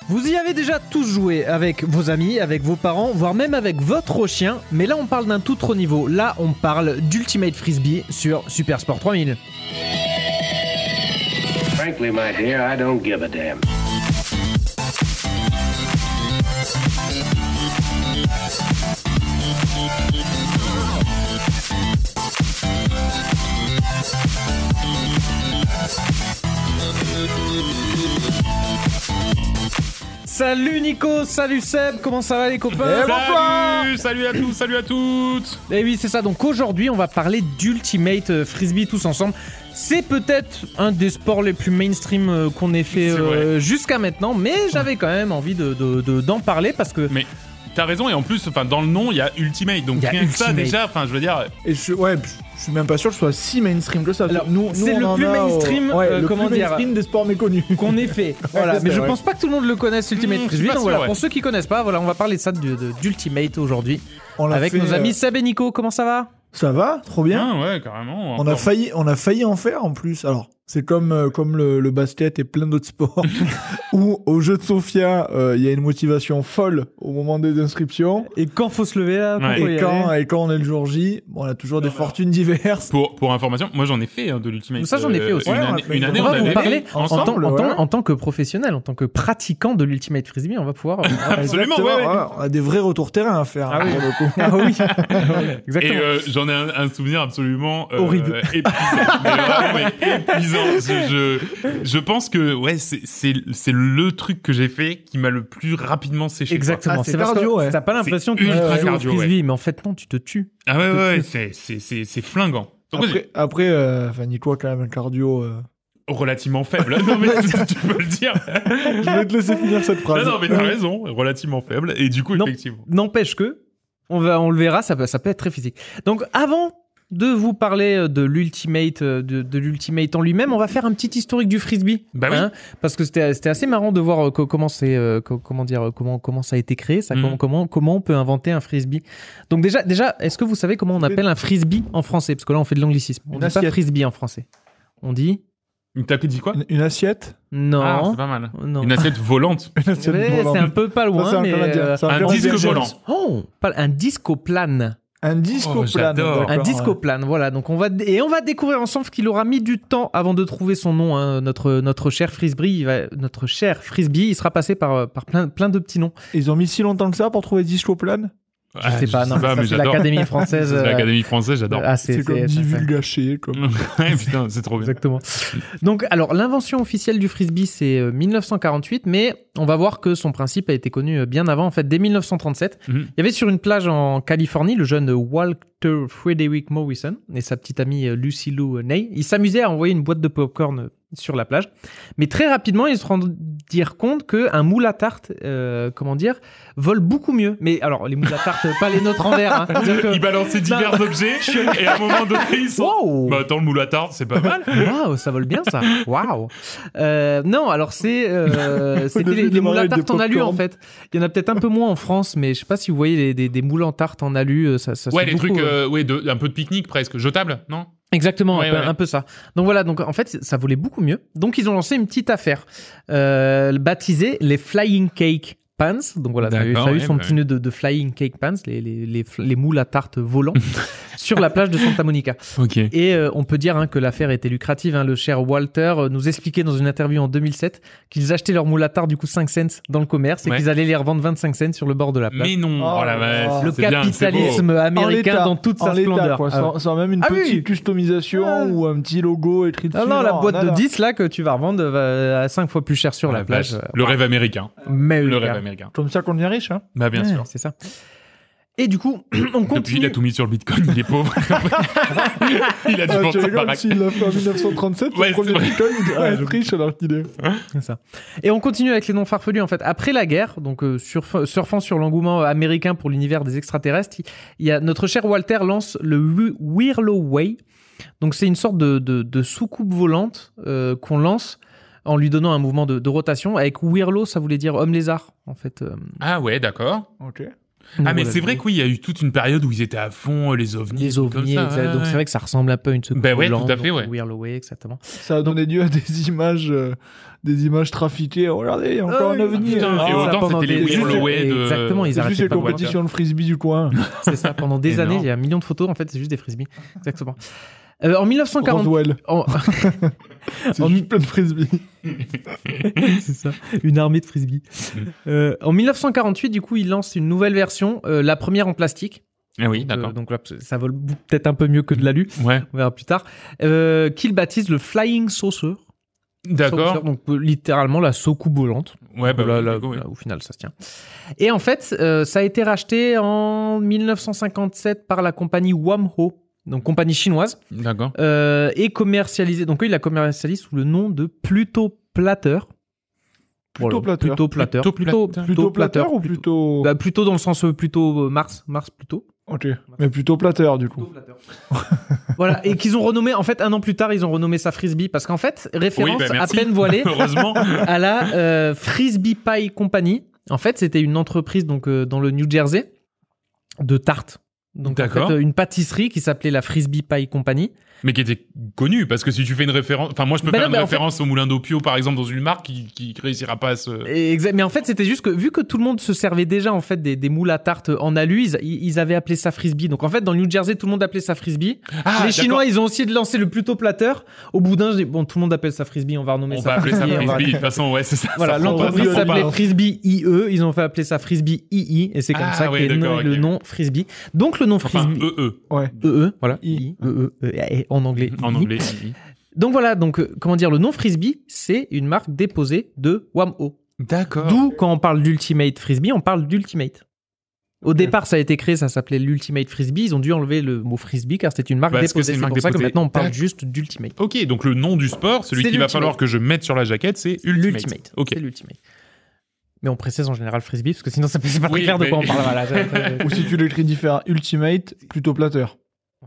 Vous y avez déjà tous joué avec vos amis, avec vos parents, voire même avec votre chien, mais là on parle d'un tout autre niveau. Là on parle d'Ultimate Frisbee sur Super Sport 3000. Frankly, my dear, I don't give a damn. Salut Nico, salut Seb, comment ça va les copains? Salut à tous, salut à toutes. Et oui c'est ça, donc aujourd'hui on va parler d'Ultimate Frisbee tous ensemble. C'est peut-être un des sports les plus mainstream qu'on ait fait jusqu'à maintenant, mais j'avais quand même envie d'en parler parce que... Mais t'as raison, et en plus, dans le nom, il y a Ultimate, donc rien que ça déjà, je veux dire... Et je suis même pas sûr que ce soit si mainstream que ça. Alors, c'est le plus mainstream, le plus mainstream des sports méconnus qu'on ait fait. Voilà, mais je pense pas que tout le monde le connaisse, Ultimate Frisbee. Donc voilà, pour ceux qui connaissent pas, voilà, on va parler de ça d'Ultimate aujourd'hui avec nos amis Seb et Nico. Comment ça va? Ça va, trop bien. Ah ouais, carrément. On a failli en faire en plus. Alors, c'est comme le basket et plein d'autres sports où au jeu de Sofia, il y a une motivation folle au moment des inscriptions. Et quand faut se lever là, et quand on est le jour J, on a toujours des fortunes diverses. Pour information, moi j'en ai fait de l'Ultimate. Ça j'en ai fait aussi. Une année, on avait parler ensemble. En tant que professionnel, en tant que pratiquant de l'Ultimate Frisbee, on va pouvoir... Absolument, ouais. On a des vrais retours terrain à faire. Ah oui. Pour le coup. Ah oui. Exactement. Et j'en ai un souvenir absolument horrible. Épuisant. Je pense que c'est le truc que j'ai fait qui m'a le plus rapidement séché. Exactement. C'est cardio, t'as pas l'impression que tu joues au frisbee, mais en fait non, tu te tues. Ah ouais, c'est flingant. Après, Nico a quand même un cardio relativement faible. Non mais tu peux le dire. Je vais te laisser finir cette phrase. Non mais t'as raison, relativement faible. Et du coup, effectivement. N'empêche que on le verra, ça peut être très physique. Donc avant de vous parler de l'Ultimate, de l'Ultimate en lui-même, on va faire un petit historique du frisbee. Bah oui. Parce que c'était assez marrant de voir comment ça a été créé, ça, comment on peut inventer un frisbee. Donc déjà, est-ce que vous savez comment on appelle un frisbee en français? Parce que là, on fait de l'anglicisme. On dit pas frisbee en français. On dit... T'as dit quoi? Une assiette? Non. Ah, c'est pas mal. Non. Une assiette volante. C'est un peu pas loin, mais... un disque volant. Oh, un discoplane. Un discoplane. Un discoplane, voilà. Donc on va découvrir ensemble qu'il aura mis du temps avant de trouver son nom. Hein. Notre cher Frisbee, il sera passé par plein de petits noms. Ils ont mis si longtemps que ça pour trouver discoplane? Je sais pas, mais c'est l'Académie française. C'est l'Académie française, j'adore. C'est comme divulgaché. Putain, c'est trop bien. Exactement. Donc, alors, l'invention officielle du frisbee, c'est 1948, mais on va voir que son principe a été connu bien avant. En fait, dès 1937, il y avait sur une plage en Californie le jeune Walter Frederick Morrison et sa petite amie Lucy Lou Ney. Ils s'amusaient à envoyer une boîte de popcorn sur la plage. Mais très rapidement, ils se rendirent compte qu'un moule à tarte, vole beaucoup mieux. Mais alors, les moules à tarte, pas les nôtres en verre. Hein. Ils balançaient divers objets et à un moment donné, ils sont... Wow. Bah attends, le moule à tarte, c'est pas mal. Waouh, ça vole bien ça. Waouh. Non, alors c'était les moules à tarte en alu en fait. Il y en a peut-être un peu moins en France, mais je sais pas si vous voyez des moules en tarte en alu. Ça ouais, les beaucoup, trucs, un peu de pique-nique presque, jetable, non? Exactement, un peu ça. Donc voilà, en fait, ça volait beaucoup mieux. Donc ils ont lancé une petite affaire baptisée les Flying Cake Pans. Donc voilà, ça a eu son petit nœud de Flying Cake Pans, les moules à tarte volants sur la plage de Santa Monica. Okay. Et on peut dire que l'affaire était lucrative. Le cher Walter nous expliquait dans une interview en 2007 qu'ils achetaient leurs moules à tarte du coup 5 cents dans le commerce et qu'ils allaient les revendre 25 cents sur le bord de la plage. Mais non, la vache. Le capitalisme américain dans toute sa splendeur. Sans même une petite customisation ou un petit logo écrit dessus. Non, la boîte de 10 là que tu vas revendre à 5 fois plus cher sur la plage. Le rêve américain. Le rêve américain. Comme ça qu'on devient riche, hein? Bah bien sûr. C'est ça. Et du coup, on continue. Depuis, il a tout mis sur le Bitcoin, il est pauvre. Il a dû vendre sa baraque. S'il l'a fait en 1937, le premier Bitcoin, il doit être riche alors qu'il est. C'est ça. Et on continue avec les noms farfelus. En fait, après la guerre, donc surfant sur l'engouement américain pour l'univers des extraterrestres, il y a notre cher Walter lance le Whirlo Way. Donc c'est une sorte de soucoupe volante qu'on lance en lui donnant un mouvement de rotation. Avec Whirlo, ça voulait dire homme lézard, en fait. Ah ouais, d'accord. Ok. Ah, mais c'est vrai qu'il y a eu toute une période où ils étaient à fond, les ovnis. Les ovnis, comme ça, donc c'est vrai que ça ressemble un peu à une soucoupe ouais, volante, tout à fait, donc ouais. Weird Away, exactement. Ça a donné lieu à des images trafiquées. Regardez, il y a encore un ovni. putain, et autant pendant c'était les des- Weird Away de... Exactement, ils C'est juste arrêtaient les pas de voir. compétitions de frisbee du coin. C'est ça, pendant des Énorme. années, il y a un million de photos, en fait, c'est juste des frisbees. Exactement. En 1940... Roswell. en- C'est juste plein de frisbees. c'est ça, une armée de frisbees. En 1948, du coup, ils lancent une nouvelle version, la première en plastique. Ah oui, d'accord. Donc là, ça vole peut-être un peu mieux que de l'alu, Ouais, on verra plus tard. Qu'ils baptisent le Flying Saucer. d'accord. Saucer, donc littéralement la soucoupe volante. Ouais, bah, Là, oui, là, du coup, ouais. là, au final, ça se tient. Et en fait, ça a été racheté en 1957 par la compagnie Wamho, donc compagnie chinoise, D'accord. et commercialisé. Donc eux, ils la commercialisent sous le nom de Pluto Platter. Plutôt plateur. Plutôt Platter. Plutôt plateur ou plutôt... Bah, plutôt dans le sens plutôt Mars plutôt. Ok, mais plutôt plateur du coup. Voilà, et qu'ils ont renommé, en fait, un an plus tard, ils ont renommé ça Frisbee, parce qu'en fait, référence Oui, bah, à merci. peine voilée Heureusement. à la Frisbee Pie Company. En fait, c'était une entreprise donc dans le New Jersey de tartes. Donc en D'accord. fait, une pâtisserie qui s'appelait la Frisbee Pie Company. Mais qui était connu, parce que si tu fais une référence... Enfin, moi, je peux Bah faire non, une mais en référence au Moulin d'Opio, par exemple, dans une marque qui réussira pas à se... Mais en fait, c'était juste que vu que tout le monde se servait déjà en fait des moules à tarte en alu, ils avaient appelé ça Frisbee. Donc en fait, dans le New Jersey, tout le monde appelait ça Frisbee. Ah, Les Chinois, d'accord. ils ont essayé de lancer le Pluto Platter. Au bout d'un, je dis, bon, tout le monde appelle ça Frisbee, on va renommer On ça va appeler ça Frisbee. on va- Frisbee. De toute façon, ouais, c'est ça. Voilà, ça prend pas, l'entreprise ça prend s'appelait pas. Frisbee IE, ils ont fait appeler ça Frisbee II, et c'est comme Ah, ça ouais, qu'est né d'accord, le ok. nom Frisbee. Donc le nom Enfin, Frisbee, Ouais. voilà, I. et en anglais. En II. anglais. Donc voilà, donc comment dire, le nom Frisbee, c'est une marque déposée de Wamho. D'accord. D'où quand on parle d'Ultimate Frisbee, on parle d'Ultimate. Au départ, ça a été créé, ça s'appelait l'Ultimate Frisbee. Ils ont dû enlever le mot Frisbee car c'était une marque Parce que déposée. c'est une C'est marque pour ça que déposée. maintenant on parle D'accord. juste d'Ultimate. Ok, donc le nom du sport, celui C'est qu'il va l'Ultimate. falloir que je mette sur la jaquette, c'est Ultimate. L'Ultimate. Ok. C'est l'Ultimate. Mais on précise en général Frisbee parce que sinon c'est pas très Oui, clair de quoi mais- on parle. Voilà. Ou si tu l'écris différent, Ultimate, plutôt plateur.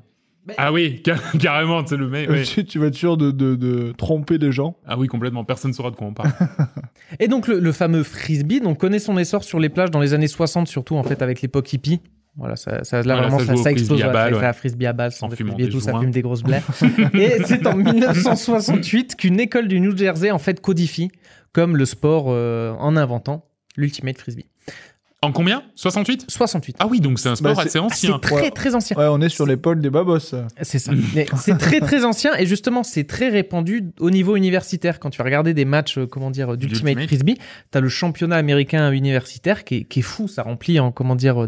Ah oui, carrément, c'est le mec. ouais. Tu vas être sûr de tromper des gens. Ah oui, complètement. Personne ne saura de quoi on parle. Et donc le fameux Frisbee donc connaît son essor sur les plages dans les années 60 surtout en fait avec l'époque hippie. Voilà, là Voilà, vraiment ça ça, joue au ça explose. frisbee à balles, Ça, ouais. à frisbee à balles, sans En des fumant frisbees et des tout, ça joints. fume des grosses blaies. Et c'est en 1968 qu'une école du New Jersey en fait codifie comme le sport en inventant l'Ultimate Frisbee. En combien 68 68. Ah oui, donc c'est un sport Bah, assez Ah, ancien. c'est très très ancien. Ouais, on est sur l'épaule des babos. C'est ça. Mais c'est très très ancien et justement c'est très répandu au niveau universitaire. Quand tu vas regarder des matchs, d'Ultimate D'Ultimate. Frisbee, t'as le championnat américain universitaire qui est fou. Ça remplit en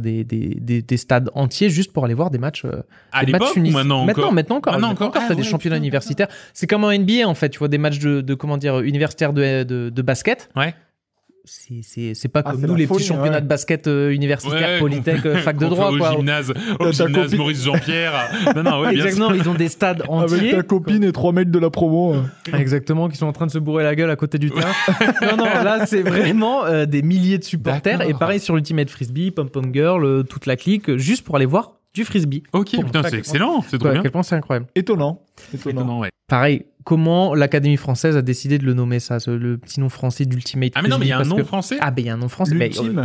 des stades entiers juste pour aller voir des matchs. À des l'époque matchs ou unis. maintenant encore Maintenant encore. Maintenant Maintenant encore. Ah t'as des ouais, championnats putain. universitaires. C'est comme en NBA en fait. Tu vois des matchs universitaires de basket. Ouais. C'est pas Ah, comme c'est nous la les folie, petits championnats ouais. de basket universitaires, Ouais, Polytech, qu'on fait- fac de qu'on fait droit au quoi. gymnase, ta gymnase copine. Maurice Jean-Pierre. Non, non, ouais, bien sûr. Exactement, ils ont des stades entiers. Avec ta copine et 3 mails de la promo. Exactement, qui sont en train de se bourrer la gueule à côté du terrain. Non, là, c'est vraiment des milliers de supporters. D'accord. Et pareil sur Ultimate Frisbee, Pom Pom Girl, toute la clique, juste pour aller voir du frisbee. Ok, Pour putain, montrer à c'est quel excellent. C'est trop À bien. quel point c'est incroyable. Étonnant. Étonnant, ouais. Pareil, comment l'Académie française a décidé de le nommer ça, le petit nom français d'Ultimate Ah, mais non, mais il y a un Frisbee, nom parce que- français Ah, ben il y a un nom français. Ben, L'ultime.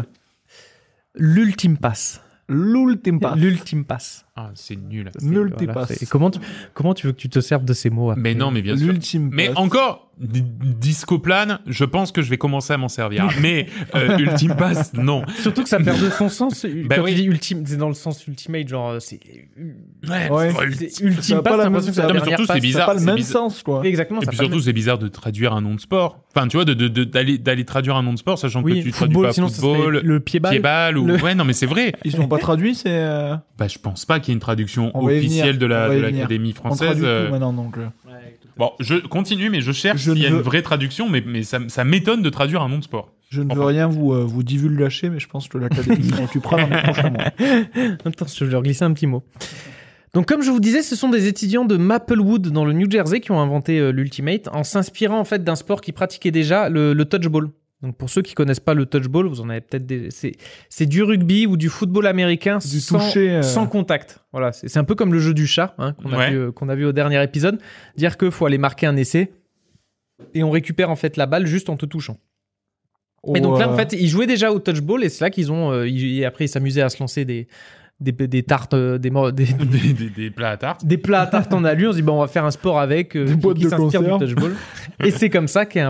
L'Ultime Pass. L'ultime pass. L'Ultime Pass. Ah, c'est nul. C'est- L'Ultime Pass. c'est- comment tu veux que tu te serves de ces mots après Mais non, mais bien sûr. L'ultime Mais pass. encore, Discoplane, je pense que je vais commencer à m'en servir. Mais Ultime Pass, non. Surtout que ça perd de son sens. Bah Quand oui. tu dis ultime, c'est dans le sens ultimate, genre c'est Ouais. c'est Ça ultime a pas, pas la t'as même- l'impression que c'est la Non, mais dernière surtout, c'est passe. bizarre. Ça n'a pas le c'est même bizarre. sens, quoi. Exactement. Et ça puis a pas le surtout, c'est bizarre de traduire un nom de sport. Enfin, tu vois, d'aller traduire un nom de sport, sachant même- que oui, tu traduis football, pas sinon ça serait football, le pied-ball. pied-ball ou... Le- Ouais, non, mais c'est vrai. Ils sont pas traduits, c'est. Bah, je pense pas qu'il y ait une traduction On va y officielle venir. de On va y venir. l'Académie On française. traduit tout maintenant, donc. Bon, je continue, mais je cherche Je s'il y a ne une veux- vraie traduction, mais ça m'étonne de traduire un nom de sport. Je ne veux Enfin. rien vous divulgacher, mais je pense que l'Académie s'en occupera dans les prochains mois. Attends, je vais leur glisser un petit mot. Donc, comme je vous disais, ce sont des étudiants de Maplewood dans le New Jersey qui ont inventé l'Ultimate en s'inspirant en fait d'un sport qui pratiquait déjà le touchball. Donc, pour ceux qui connaissent pas le touchball, vous en avez peut-être c'est du rugby ou du football américain Du sans, toucher, sans contact. Voilà, c'est un peu comme le jeu du chat Ouais. qu'on a vu au dernier épisode. Dire qu'il faut aller marquer un essai et on récupère en fait la balle juste en te touchant. Et donc là, en fait, ils jouaient déjà au touchball et c'est là qu'ils ont. Et après, ils s'amusaient à se lancer des tartes, des plats à tarte. Des plats à tarte en alu. On se dit, on va faire un sport avec Des boîtes qui de s'inspire du conserve. touchball. Et c'est comme ça qu'a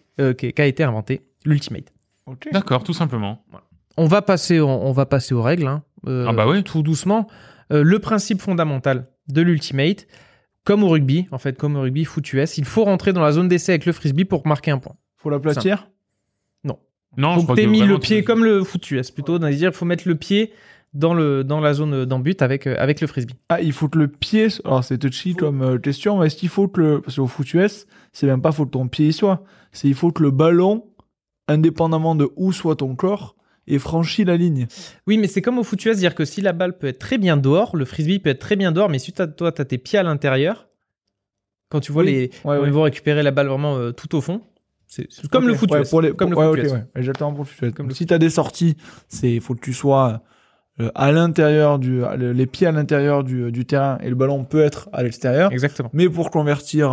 été inventé l'Ultimate. Ok. D'accord, tout simplement. On va passer aux règles. Hein, Ah bah ouais. Tout doucement. Le principe fondamental de l'Ultimate, comme au rugby, foot US, il faut rentrer dans la zone d'essai avec le frisbee pour marquer un point. Faut l'aplatir. Non, je Faut crois que tu aies mis vraiment, le pied comme le foot US, plutôt. C'est-à-dire qu'il faut mettre le pied dans la zone d'en-but avec le frisbee. Ah, il faut que le pied. Alors, c'est touchy comme question, mais est-ce qu'il faut que parce qu'au foot US, c'est même pas faut que ton pied y soit. Il faut que le ballon, indépendamment de où soit ton corps, ait franchi la ligne. Oui, mais c'est comme au foot US, c'est-à-dire que si la balle peut être très bien dehors, le frisbee peut être très bien dehors, mais si toi, tu as tes pieds à l'intérieur, quand tu vois ils vont récupérer la balle vraiment tout au fond, c'est comme le foot US. Comme le foot US. Exactement pour le foot US. Si tu as des sorties, il faut que tu sois à l'intérieur les pieds à l'intérieur du terrain et le ballon peut être à l'extérieur. Exactement. Mais pour convertir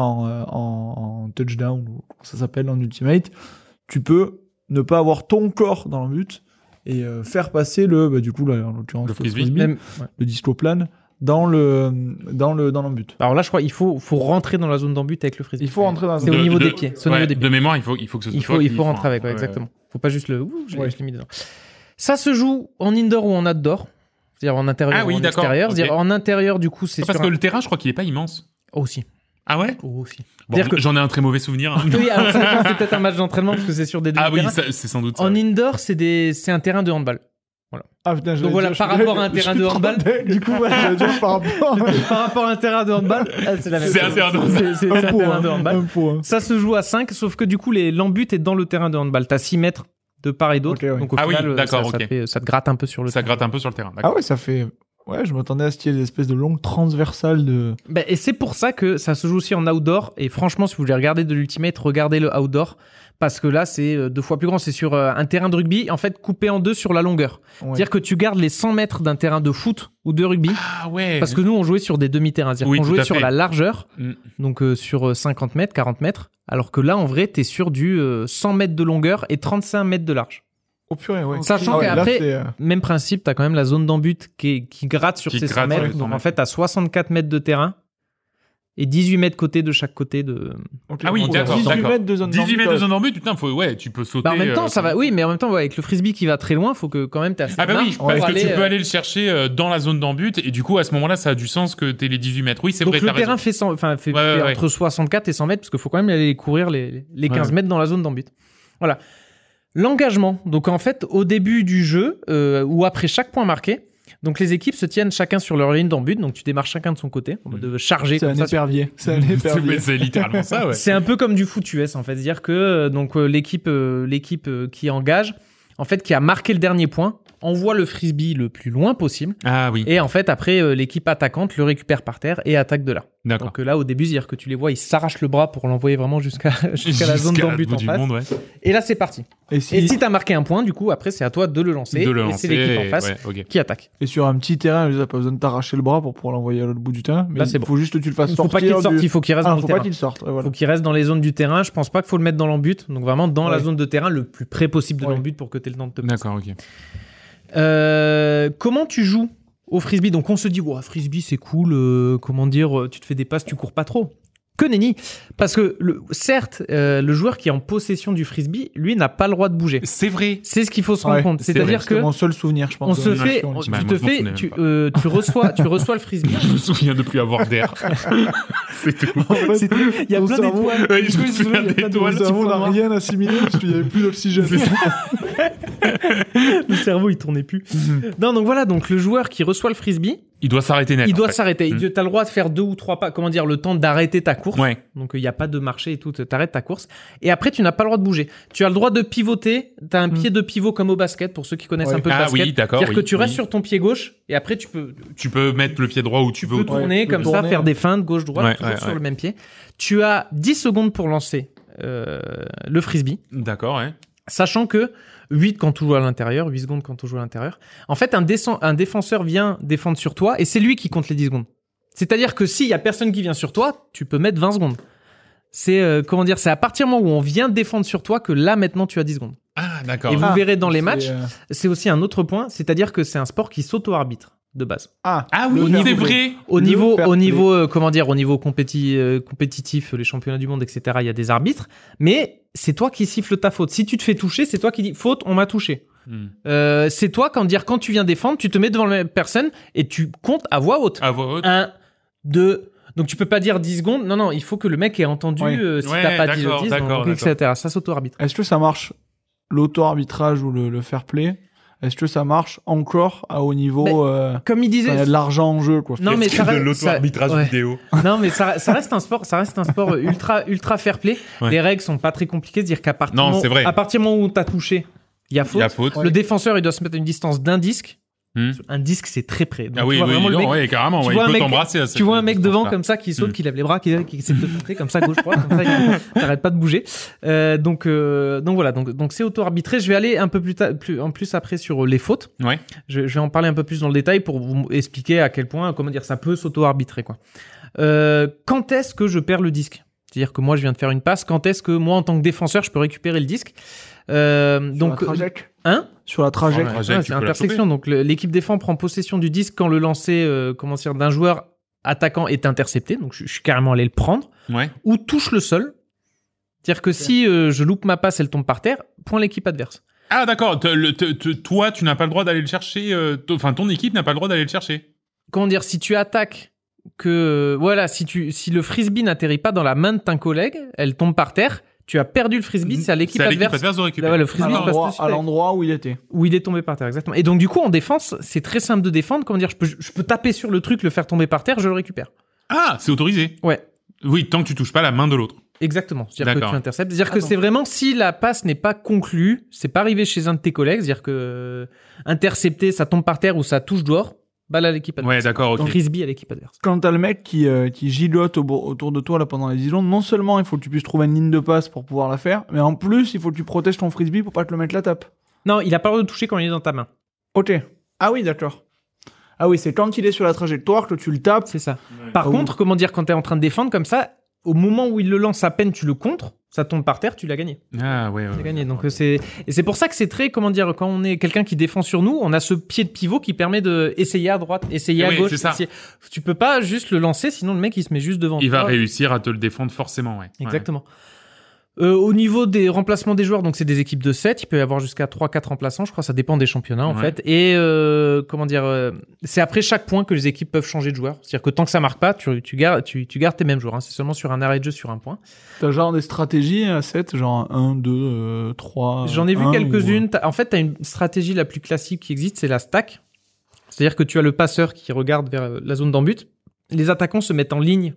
en touchdown, ou comment ça s'appelle en ultimate, tu peux ne pas avoir ton corps dans le but et faire passer du coup là, en l'occurrence le frisbee, le discoplane dans le but. Alors là, je crois qu'il faut rentrer dans la zone d'en-but avec le frisbee. Il faut rentrer dans C'est au niveau des pieds. De mémoire, il faut que ce soit. Il faut rentrer avec, exactement. Faut pas juste je l'ai mis dedans. Ça se joue en indoor ou en outdoor, c'est-à-dire en intérieur ou en extérieur. Okay. C'est-à-dire en intérieur, du coup, c'est parce que le terrain, je crois qu'il est pas immense. Aussi. Ah ouais. Aussi. Bon, j'en ai un très mauvais souvenir. Hein. Oui, alors ça, c'est peut-être un match d'entraînement parce que c'est sur des demi-terrains. Ah oui, c'est sans doute ça. En indoor, c'est un terrain de handball. Voilà. Ah putain, donc voilà, par rapport à un terrain de handball, du coup, voilà, par rapport à un terrain de handball, c'est la même chose. C'est un terrain de handball. C'est un terrain de handball. Ça se joue à 5, sauf que du coup, l'embut est dans le terrain de handball. T'as 6 mètres de part et d'autre. Donc au final, ça te gratte un peu sur le terrain. Ça gratte un peu sur le terrain. Ah ouais, ça fait... Ouais, je m'attendais à ce qu'il y ait des espèces de longues transversales de... Et c'est pour ça que ça se joue aussi en outdoor. Et franchement, si vous voulez regarder de l'Ultimate, regardez le outdoor. Parce que là, c'est 2 fois plus grand. C'est sur un terrain de rugby, en fait, coupé en 2 sur la longueur. Ouais. C'est-à-dire que tu gardes les 100 mètres d'un terrain de foot ou de rugby. Ah ouais. Parce que nous, on jouait sur des demi-terrains. C'est-à-dire qu'on jouait sur la largeur, donc sur 50 mètres, 40 mètres. Alors que là, en vrai, t'es sur du 100 mètres de longueur et 35 mètres de large. Oh purée, ouais. Sachant qu'après, même principe, t'as quand même la zone d'en-but qui gratte sur ces 100 mètres. Donc en fait, t'as 64 mètres de terrain et 18 mètres de chaque côté de... Ah oui, d'accord. 18 mètres de zone d'en-but. 18 mètres de zone d'en-but, putain, tu peux sauter... en même temps, ça va... Oui, mais en même temps, avec le frisbee qui va très loin, faut que quand même t'aies assez de marge pour parce que aller, tu peux aller le chercher dans la zone d'en-but et du coup, à ce moment-là, ça a du sens que t'aies les 18 mètres. Oui, c'est vrai, donc le terrain fait entre 64 et 100 mètres parce qu'il faut quand même aller courir les 15 mètres dans la zone d'en-but. Voilà. L'engagement. Donc en fait, au début du jeu ou après chaque point marqué, donc les équipes se tiennent chacun sur leur ligne d'en-but. Donc tu démarres chacun de son côté, en mode de charger. C'est un épervier. C'est littéralement ça. Ouais. C'est un peu comme du foot US en fait, c'est-à-dire que l'équipe qui engage, en fait, qui a marqué le dernier point, envoie le frisbee le plus loin possible. Ah oui. Et en fait, après, l'équipe attaquante le récupère par terre et attaque de là. D'accord. Donc là, au début, c'est-à-dire que tu les vois, ils s'arrachent le bras pour l'envoyer vraiment jusqu'à la zone d'en-but en face. Ouais. Et là, c'est parti. Et si t'as marqué un point, du coup, après, c'est à toi de le lancer. Et c'est l'équipe en face qui attaque. Et sur un petit terrain, t'as pas besoin de t'arracher le bras pour pouvoir l'envoyer à l'autre bout du terrain. Mais là, c'est faut juste que tu le fasses sortir. Faut pas qu'il sorte, il faut qu'il reste dans le terrain. Faut pas qu'il sorte. Voilà. Faut qu'il reste dans les zones du terrain. Je pense pas qu'il faut le mettre dans l'en-but. Donc vraiment dans la zone de terrain le plus près possible de l'en-but pour que t'aies le temps de te passer. D'accord, ok. Comment tu joues au frisbee? Donc on se dit, frisbee c'est cool, comment dire, tu te fais des passes, tu cours pas trop. Que nenni. Parce que certes, le joueur qui est en possession du frisbee, lui n'a pas le droit de bouger. C'est vrai. C'est ce qu'il faut se rendre compte. C'est-à-dire que c'est mon seul souvenir, je pense. Tu reçois le frisbee. Je me souviens de plus avoir d'air. C'est tout. Il y a plein d'étoiles. Je me souviens d'étoiles. Le cerveau n'a rien assimilé parce qu'il n'y avait plus d'oxygène. Le cerveau, il tournait plus. Non, donc voilà, donc le joueur qui reçoit le frisbee, il doit s'arrêter net. Il doit s'arrêter. Tu as le droit de faire 2 ou 3 pas, comment dire, le temps d'arrêter ta course. Ouais. Donc il n'y a pas de marché et tout, t'arrêtes ta course. Et après, tu n'as pas le droit de bouger. Tu as le droit de pivoter. Tu as un pied de pivot comme au basket, pour ceux qui connaissent un peu le basket. Oui, d'accord. C'est-à-dire que tu restes sur ton pied gauche et après tu peux mettre le pied droit où tu veux. Tu peux tourner comme ça, faire des feintes gauche-droite, toujours sur le même pied. Tu as 10 secondes pour lancer le frisbee. D'accord, ouais. Sachant que 8 quand tu joues à l'intérieur, 8 secondes quand tu joues à l'intérieur. En fait, un défenseur vient défendre sur toi et c'est lui qui compte les 10 secondes. C'est-à-dire que s'il y a personne qui vient sur toi, tu peux mettre 20 secondes. C'est c'est à partir du moment où on vient défendre sur toi que là maintenant tu as 10 secondes. Ah d'accord. Et vous verrez dans les c'est, matchs, c'est aussi un autre point, c'est-à-dire que c'est un sport qui s'auto-arbitre de base. Ah oui, le c'est fair vrai. play. Au Le niveau, fair au play. niveau, comment dire, au niveau compétitif, les championnats du monde, etc., il y a des arbitres, mais c'est toi qui siffles ta faute. Si tu te fais toucher, c'est toi qui dis faute, on m'a touché. C'est toi quand tu viens défendre, tu te mets devant la personne et tu comptes à voix haute. À voix haute. 1, 2. Donc tu peux pas dire 10 secondes. Non, il faut que le mec ait entendu Oui. si Ouais, t'as pas dit le d'accord, 10, d'accord, donc, etc. Ça s'auto-arbitre. Est-ce que ça marche l'auto-arbitrage ou le fair play? Est-ce que ça marche encore à haut niveau Comme il quand il y disait. a de l'argent en jeu, quoi? Non, mais ça de reste- l'auto-arbitrage ça- ouais. vidéo. Non, mais ça reste un sport ultra fair play. Ouais. Les règles sont pas très compliquées. C'est-à-dire qu'à partir, Non, c'est vrai. à partir du moment où t'as touché, il y a faute. Il y a faute. Le défenseur, il doit se mettre à une distance d'un disque. Hmm. Un disque, c'est très près. Donc, Ah oui, tu vois vraiment le non, mec, ouais, carrément. tu Ouais, vois il un peut mec- t'embrasser. à tu vois un cette mec devant distance-là. comme ça qui saute, Hmm. qui lève les bras, qui essaie de te montrer comme ça gauche droite, comme ça, il t'arrête pas de bouger. Donc voilà. Donc c'est auto-arbitré. Je vais aller un peu plus après sur les fautes. Ouais. Je vais en parler un peu plus dans le détail pour vous expliquer à quel point, comment dire, ça peut s'auto-arbitrer, quoi. Quand est-ce que je perds le disque? C'est-à-dire que moi, je viens de faire une passe. Quand est-ce que moi, en tant que défenseur, je peux récupérer le disque? Sur la Donc, trajectoire. hein? Sur la trajectoire. Ouais, C'est intersection. Donc, l'équipe défend prend possession du disque quand le lancer, d'un joueur attaquant est intercepté. Donc, je suis carrément allé le prendre. Ouais. Ou touche le sol. C'est-à-dire que si je loupe ma passe, elle tombe par terre, point l'équipe adverse. Ah, d'accord. Toi, tu n'as pas le droit d'aller le chercher. Enfin, ton équipe n'a pas le droit d'aller le chercher. Comment dire, si tu attaques si le frisbee n'atterrit pas dans la main de ton collègue, elle tombe par terre, tu as perdu le frisbee, c'est à l'équipe C'est à l'équipe adverse. adverse de récupérer. Ouais, le frisbee se passe dessus, À l'endroit où il était. où il est tombé par terre, exactement. Et donc du coup, en défense, c'est très simple de défendre. Comment dire, je peux taper sur le truc, le faire tomber par terre, je le récupère. Ah, c'est autorisé. Ouais. Oui, tant que tu touches pas la main de l'autre. Exactement. C'est-à-dire que D'accord. tu interceptes. C'est-à-dire que c'est vraiment si la passe n'est pas conclue, c'est pas arrivé chez un de tes collègues, c'est-à-dire que intercepté, ça tombe par terre ou ça touche dehors, balle à l'équipe adverse. Ouais, d'accord, ok. Donc frisbee à l'équipe adverse. Quand t'as le mec qui gigote autour de toi là pendant les 10 secondes, non seulement il faut que tu puisses trouver une ligne de passe pour pouvoir la faire, mais en plus il faut que tu protèges ton frisbee pour pas que le mec la tape. Non, il a pas le droit de toucher quand il est dans ta main. Ok. Ah oui, d'accord. Ah oui, c'est quand il est sur la trajectoire que tu le tapes. C'est ça. Par Ah oui. contre, comment dire, quand t'es en train de défendre comme ça, au moment où il le lance à peine, tu le contres, ça tombe par terre, tu l'as gagné. Ah, ouais, Tu ouais. l'as gagné. Donc et c'est pour ça que c'est très, comment dire, quand on est quelqu'un qui défend sur nous, on a ce pied de pivot qui permet de essayer à droite, essayer Eh à oui, gauche. c'est ça. Tu peux pas juste le lancer, sinon le mec il se met juste devant Il toi. va réussir à te le défendre forcément, ouais. Exactement. Au niveau des remplacements des joueurs, donc c'est des équipes de 7, il peut y avoir jusqu'à 3-4 remplaçants, je crois, ça dépend des championnats en Ouais. fait. Et c'est après chaque point que les équipes peuvent changer de joueur. C'est-à-dire que tant que ça marque pas, tu gardes tes mêmes joueurs. Hein. C'est seulement sur un arrêt de jeu sur un point. T'as genre des stratégies à 7, genre 1, 2, 3. J'en ai vu 1, quelques-unes. En fait, tu as une stratégie la plus classique qui existe, c'est la stack. C'est-à-dire que tu as le passeur qui regarde vers la zone d'en-but. Les attaquants se mettent en ligne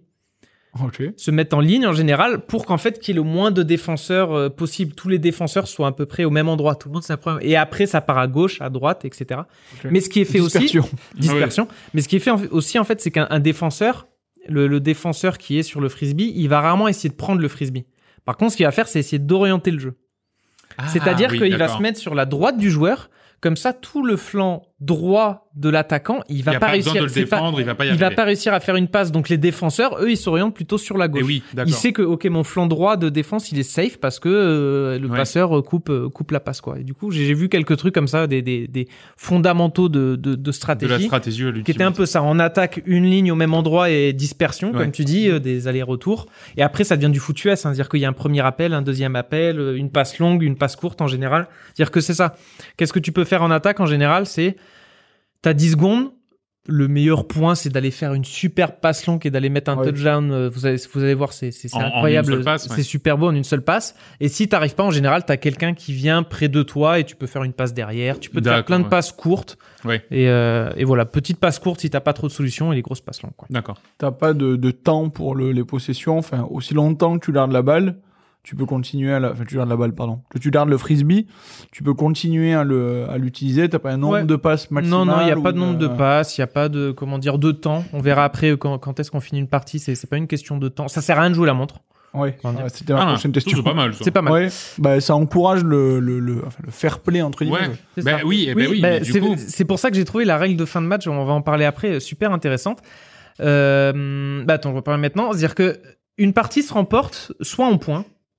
en général pour qu'en fait qu'il y ait le moins de défenseurs possible. Tous les défenseurs soient à peu près au même endroit. Tout le monde c'est un problème. Et après ça part à gauche, à droite, etc. Ok. Mais ce qui est fait Dispersion. aussi dispersion. Mais ce qui est fait aussi en fait, c'est qu'un défenseur, le défenseur qui est sur le frisbee, il va rarement essayer de prendre le frisbee. Par contre, ce qu'il va faire, c'est essayer d'orienter le jeu. Ah, C'est-à-dire oui, qu'il va d'accord. se mettre sur la droite du joueur. Comme ça, tout le flanc droit de l'attaquant, il va Il a pas pas besoin réussir. de le défendre, il va pas y il va arriver. pas réussir à faire une passe. Donc les défenseurs, eux, ils s'orientent plutôt sur la gauche. Eh oui, d'accord. Il sait que ok, mon flanc droit de défense, il est safe parce que le Ouais. passeur coupe la passe quoi. Et du coup, j'ai vu quelques trucs comme ça, des fondamentaux de De stratégie. la stratégie, Qui était un peu ça, on attaque une ligne au même endroit et dispersion, Ouais. comme tu dis, des allers-retours. Et après, ça devient du foutu S, hein, c'est-à-dire qu'il y a un premier appel, un deuxième appel, une passe longue, une passe courte en général. C'est-à-dire que c'est ça. Qu'est-ce que tu peux faire en attaque en général? C'est, t'as 10 secondes, le meilleur point, c'est d'aller faire une super passe longue et d'aller mettre un Ouais. touchdown. Vous allez voir, c'est En incroyable. une seule passe, ouais. C'est super beau en une seule passe. Et si t'arrives pas, en général, t'as quelqu'un qui vient près de toi et tu peux faire une passe derrière. Tu peux te faire D'accord, plein de ouais. passes courtes. Ouais. Et voilà, petite passe courte si t'as pas trop de solutions et les grosses passes longues, quoi. D'accord. T'as pas de temps pour les possessions. Enfin, aussi longtemps que tu gardes la balle, tu peux continuer enfin, tu gardes la balle, pardon. Que tu gardes le frisbee, tu peux continuer à l'utiliser. T'as pas un nombre Ouais. de passes maximal. Non, il n'y a pas ou de nombre de passes, il n'y a pas de, de temps. On verra après quand est-ce qu'on finit une partie, c'est pas une question de temps. Ça sert à rien de jouer la montre. Ouais, Comment dire ouais, c'était ma prochaine question. C'est pas mal, ça. C'est pas mal. Ouais, bah, ça encourage le fair play, entre guillemets. Ouais. C'est Ben ça. oui, bah, mais du coup. c'est pour ça que j'ai trouvé la règle de fin de match, on va en parler après, super intéressante. Attends, on va parler maintenant. C'est-à-dire que une partie se remporte soit en points,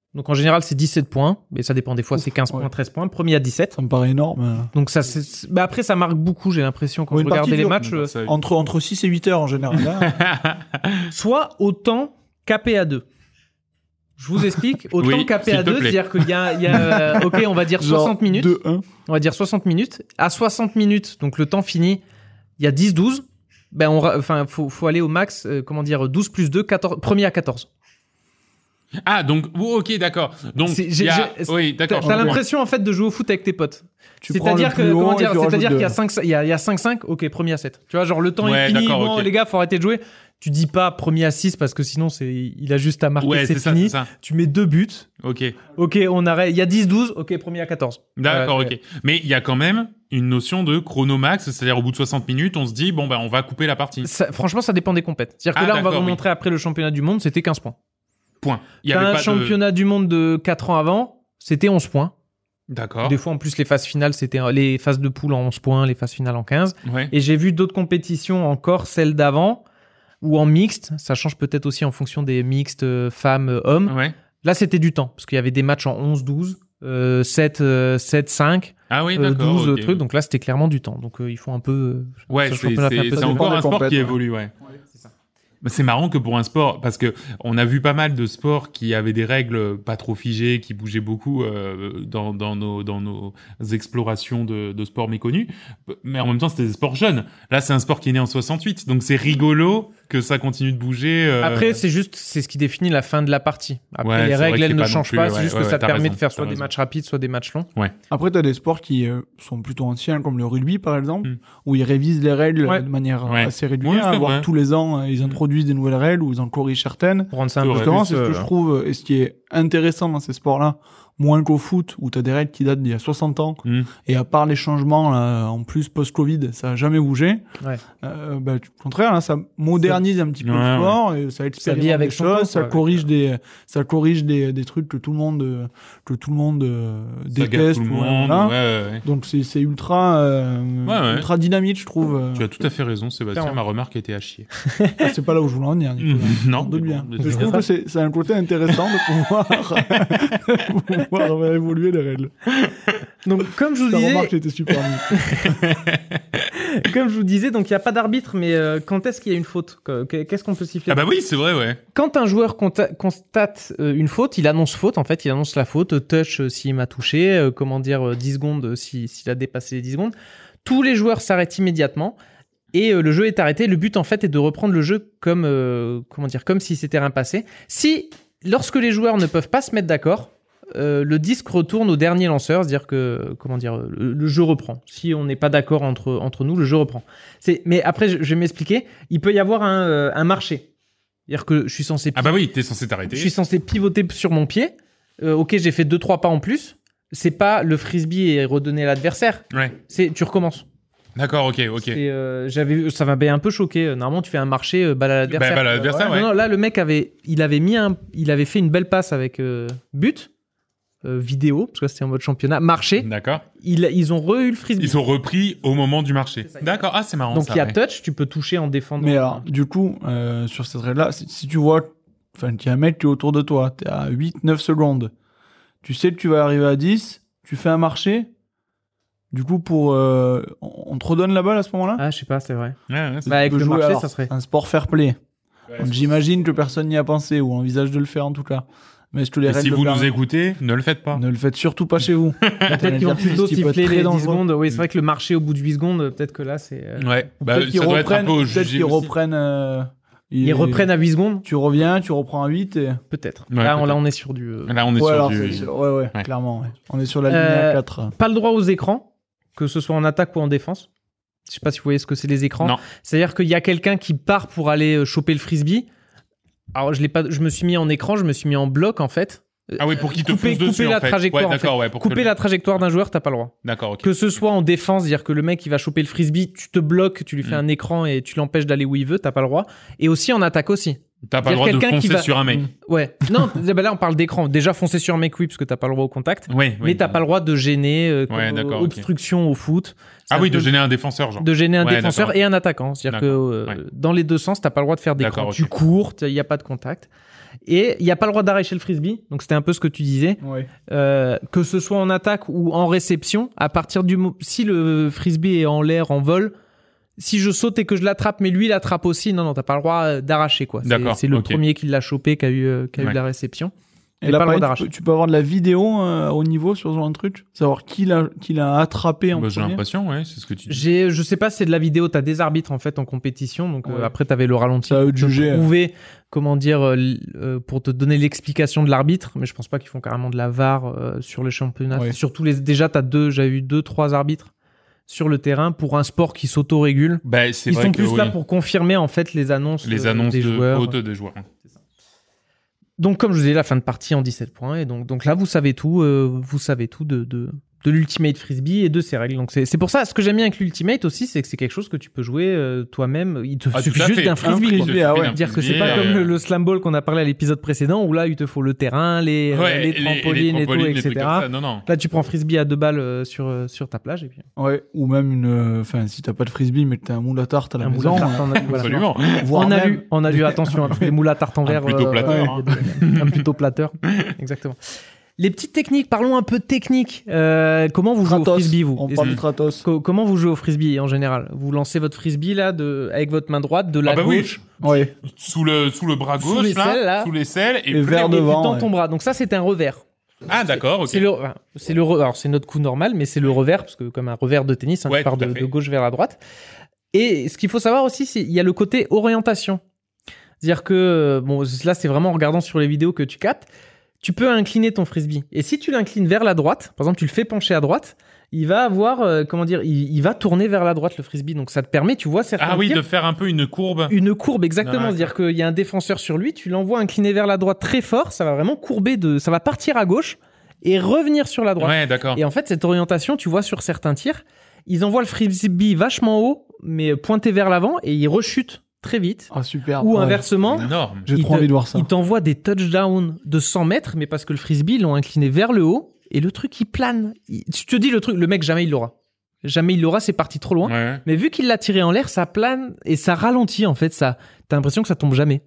Donc en général, c'est 17 points, mais ça dépend des fois, c'est 15 points, 13 points. Le premier à 17. Ça me paraît énorme. Donc ça, bah après, ça marque beaucoup, j'ai l'impression, quand Oui, je une regardais partie les matchs. dure. Entre 6 et 8 heures en général. Là. Soit autant qu'APA2. Je vous explique, autant Oui, qu'APA2, s'il te plaît. c'est-à-dire qu'il y a ok, on va dire 60 minutes. 2-1. On va dire 60 minutes. À 60 minutes, donc le temps fini, il y a 10-12. Ben faut aller au max, 12 plus 2, 14, premier à 14. Ah, donc, ok, d'accord. Donc, oui, d'accord. T'as l'impression, en fait, de jouer au foot avec tes potes. Tu prends le C'est-à-dire plus haut et tu rajoutes qu'il y deux. a 5-5, ok, premier à 7. Tu vois, genre le temps Ouais, est fini, d'accord, bon, ok. les gars, faut arrêter de jouer. Tu dis pas premier à 6 parce que sinon, il a juste à marquer, Ouais, c'est c'est fini. ça. Tu mets 2 buts. Ok. Ok, on arrête. Il y a 10-12, ok, premier à 14. D'accord, ok. Mais il y a quand même une notion de chronomax, c'est-à-dire au bout de 60 minutes, on se dit, bon, on va couper la partie. Franchement, ça dépend des compètes. C'est-à-dire que là, on va d'accord, vous oui. montrer après le championnat du monde, c'était 15 points. Point. Il y T'as avait un pas championnat du monde de 4 ans avant, c'était 11 points. D'accord. Des fois, en plus, les phases finales, c'était les phases de poule en 11 points, les phases finales en 15. Ouais. Et j'ai vu d'autres compétitions encore, celles d'avant, ou en mixte. Ça change peut-être aussi en fonction des mixtes femmes-hommes. Ouais. Là, c'était du temps, parce qu'il y avait des matchs en 11-12, 7-5, Ah oui, d'accord. 12 ok. trucs. Donc là, c'était clairement du temps. Donc il faut un peu... Ouais, ce c'est championnat fait un peu de- encore un sport compète, qui ouais. évolue, ouais. Bah, c'est marrant que pour un sport, parce que on a vu pas mal de sports qui avaient des règles pas trop figées, qui bougeaient beaucoup dans nos explorations de sports méconnus, mais en même temps c'était des sports jeunes. Là c'est un sport qui est né en 68, donc c'est rigolo que ça continue de bouger. Après, c'est ce qui définit la fin de la partie. Après, Ouais, les c'est vrai règles, que elles c'est ne pas non changent plus, pas. C'est ouais, juste que ouais, ça te t'as permet raison, de faire t'as soit des raison. matchs rapides, soit des matchs longs. Après, t'as des sports qui sont plutôt anciens, comme le rugby, par exemple, Mm. où ils révisent les règles Ouais. de manière Ouais. assez régulière, Ouais, c'est voire vrai. tous les ans, ils introduisent des nouvelles règles ou ils en corrigent certaines. Pour rendre ça un C'est peu vrai. Justement, plus, c'est ce que je trouve, et ce qui est intéressant dans ces sports-là, moins qu'au foot, où t'as des règles qui datent d'il y a 60 ans, Mm. et à part les changements, là, en plus post-Covid, ça a jamais bougé. Ouais. Au contraire, là, ça modernise un petit peu Ouais, le sport, et ça expérimente vit avec des son choses, temps, ça quoi, corrige des trucs que tout le monde, Ça gâte déteste. tout le ou, monde. voilà. Ouais. Donc c'est ultra, Ouais. ultra dynamique, je trouve. Tu as tout à fait raison, Sébastien. Clairement. Ma remarque était à chier. C'est pas là où je voulais en venir. Nicolas. Non, De bien. mais Mais bon, je trouve que c'est un côté intéressant de pouvoir faire évoluer les règles. Donc, comme je vous Ta disais, remarque était super mise. comme je vous disais, donc il y a pas d'arbitre, mais quand est-ce qu'il y a une faute Qu'est-ce qu'on peut siffler Ah bah oui, c'est vrai, ouais. Quand un joueur constate une faute, il annonce faute. En fait, il annonce la faute, touch s'il m'a touché, 10 secondes s'il a dépassé les 10 secondes. Tous les joueurs s'arrêtent immédiatement et le jeu est arrêté. Le but, en fait, est de reprendre le jeu comme si c'était rien passé. Lorsque les joueurs ne peuvent pas se mettre d'accord, le disque retourne au dernier lanceur, c'est-à-dire que le jeu reprend. Si on n'est pas d'accord entre nous, le jeu reprend. Mais après, je vais m'expliquer. Il peut y avoir un marché. C'est-à-dire que je suis censé Ah bah oui, t'es censé t'arrêter. je suis censé pivoter sur mon pied. Ok, j'ai fait 2-3 pas en plus. C'est pas le frisbee est redonné à l'adversaire. Ouais. Tu recommences. D'accord, ok. Ça m'avait un peu choqué. Normalement, tu fais un marché, balle à l'adversaire. Balle à l'adversaire, ouais. Non, là, le mec avait fait une belle passe avec but, vidéo, parce que là, c'était en mode championnat, marché. D'accord. Ils ont eu le frisbee. Ils ont repris au moment du marché. C'est ça. D'accord. Ah, c'est marrant. Donc ça, il y a ouais. touch, tu peux toucher en défendant. Mais alors, du coup, sur cette règle-là, si tu vois, il y a un mec qui est autour de toi, t'es à 8-9 secondes, tu sais que tu vas arriver à 10, tu fais un marché, du coup, on te redonne la balle à ce moment-là? Ah, je sais pas, c'est vrai. Ouais, c'est- Bah, avec Tu peux le jouer, marché, alors, ça serait. c'est un sport fair play. Ouais, Donc, c'est- j'imagine que personne n'y a pensé ou envisage de le faire en tout cas. Mais est-ce que les Et règles si le vous nous permettent? écoute, ne le faites pas. Ne le faites surtout pas chez vous. Peut-être qu'ils vont plutôt Qui peut être siffler très les 10 dangereux. secondes. Oui, c'est vrai que le marché au bout de 8 secondes, peut-être que là, c'est. Ouais. Bah, Peut-être qu'ils ça doit être un reprennent, peu au peut-être jugé qu'ils aussi. reprennent. Ils reprennent à 8 secondes. Tu reviens, tu reprends à 8 et. Peut-être. Ouais, Là, peut-être. on est sur du. Là, on est Ouais, sur alors, du... ouais, clairement. Ouais. On est sur la ligne à 4. Pas le droit aux écrans, que ce soit en attaque ou en défense. Je sais pas si vous voyez ce que c'est les écrans. Non. C'est-à-dire qu'il y a quelqu'un qui part pour aller choper le frisbee. Alors, je me suis mis en écran, je me suis mis en bloc, en fait. Ah oui, pour qu'il te Couper- fonce dessus, couper la en fait. trajectoire, Ouais, en d'accord, fait. ouais. Pour Couper que... la trajectoire d'un joueur, t'as pas le droit. D'accord, ok. Que ce soit en défense, c'est-à-dire que le mec il va choper le frisbee, tu te bloques, tu lui fais un écran et tu l'empêches d'aller où il veut, t'as pas le droit. Et aussi en attaque aussi. T'as pas le droit de quelqu'un qui foncer va- sur un mec. Ouais. Non, bah là on parle d'écran. Déjà foncer sur un mec, oui, parce que t'as pas le droit au contact. Oui, Mais t'as pas le droit de gêner, Ouais, d'accord, ok. obstruction au foot. Ah Ça oui, de peut- gêner un défenseur, genre. de gêner un Ouais, défenseur d'accord. et un attaquant. C'est-à-dire que D'accord, ouais. dans les deux sens, t'as pas le droit de faire D'accord, d'écran. ok. Tu cours, il n'y a pas de contact. Et il n'y a pas le droit d'arracher le frisbee. Donc, c'était un peu ce que tu disais. Ouais. Que ce soit en attaque ou en réception, à partir si le frisbee est en l'air, en vol, si je saute et que je l'attrape, mais lui il l'attrape aussi, non, t'as pas le droit d'arracher, quoi. C'est le premier qui l'a chopé, qui a eu la réception. Et là, tu peux avoir de la vidéo au niveau sur ce genre de truc, savoir qui l'a attrapé en premier. J'ai l'impression, ouais, c'est ce que tu dis. Je sais pas, c'est de la vidéo, t'as des arbitres en fait en compétition, donc après t'avais le ralenti pour te prouver, pour te donner l'explication de l'arbitre, mais je pense pas qu'ils font carrément de la VAR sur les championnats. Ouais. Surtout déjà j'avais eu 2-3 arbitres sur le terrain pour un sport qui s'auto-régule. Ils sont plus là pour confirmer en fait les annonces des joueurs. Faute des joueurs. Donc, comme je vous disais, la fin de partie en 17 points. Et donc là, vous savez tout de l'Ultimate Frisbee et de ses règles. Donc, c'est pour ça, ce que j'aime bien avec l'Ultimate aussi, c'est que c'est quelque chose que tu peux jouer toi-même. Il te suffit juste d'un frisbee. Dire que c'est pas comme le slam ball qu'on a parlé à l'épisode précédent où là, il te faut le terrain, les trampolines et tout, etc. Non. Là, tu prends frisbee à 2 balles sur ta plage. Et puis... Ouais, ou même si t'as pas de frisbee, mais que t'as un moule à tarte à la maison. Absolument. On a lu, attention, les moules à tarte en verre. Plutôt plateur. Un plutôt plateur. Exactement. Les petites techniques, parlons un peu de technique. Comment vous jouez au frisbee, vous? On parle de Stratos. Comment vous jouez au frisbee en général? Vous lancez votre frisbee là avec votre main droite de la gauche. Oui. Sous le bras gauche, sous l'aisselle et vers devant. Dans ton bras. Donc ça, c'est un revers. Ah d'accord, ok. Alors c'est notre coup normal, mais c'est le revers parce que comme un revers de tennis, tu pars de gauche vers la droite. Et ce qu'il faut savoir aussi, c'est il y a le côté orientation. C'est-à-dire que là, c'est vraiment en regardant sur les vidéos que tu captes. Tu peux incliner ton frisbee. Et si tu l'inclines vers la droite, par exemple, tu le fais pencher à droite, il va avoir, il va tourner vers la droite, le frisbee. Donc, ça te permet, tu vois, certains tirs, de faire un peu une courbe. Une courbe, exactement. C'est-à-dire qu'il y a un défenseur sur lui, tu l'envoies incliner vers la droite très fort, ça va vraiment ça va partir à gauche et revenir sur la droite. Ouais, d'accord. Et en fait, cette orientation, tu vois, sur certains tirs, ils envoient le frisbee vachement haut, mais pointé vers l'avant et il rechute très vite. Ah, super. Ou inversement, énorme. J'ai trop envie de voir ça. Il t'envoie des touchdowns de 100 mètres, mais parce que le frisbee, ils l'ont incliné vers le haut, et le truc, il plane. Tu te dis, le mec, jamais il l'aura. Jamais il l'aura, c'est parti trop loin. Ouais. Mais vu qu'il l'a tiré en l'air, ça plane, et ça ralentit, en fait, t'as l'impression que ça tombe jamais.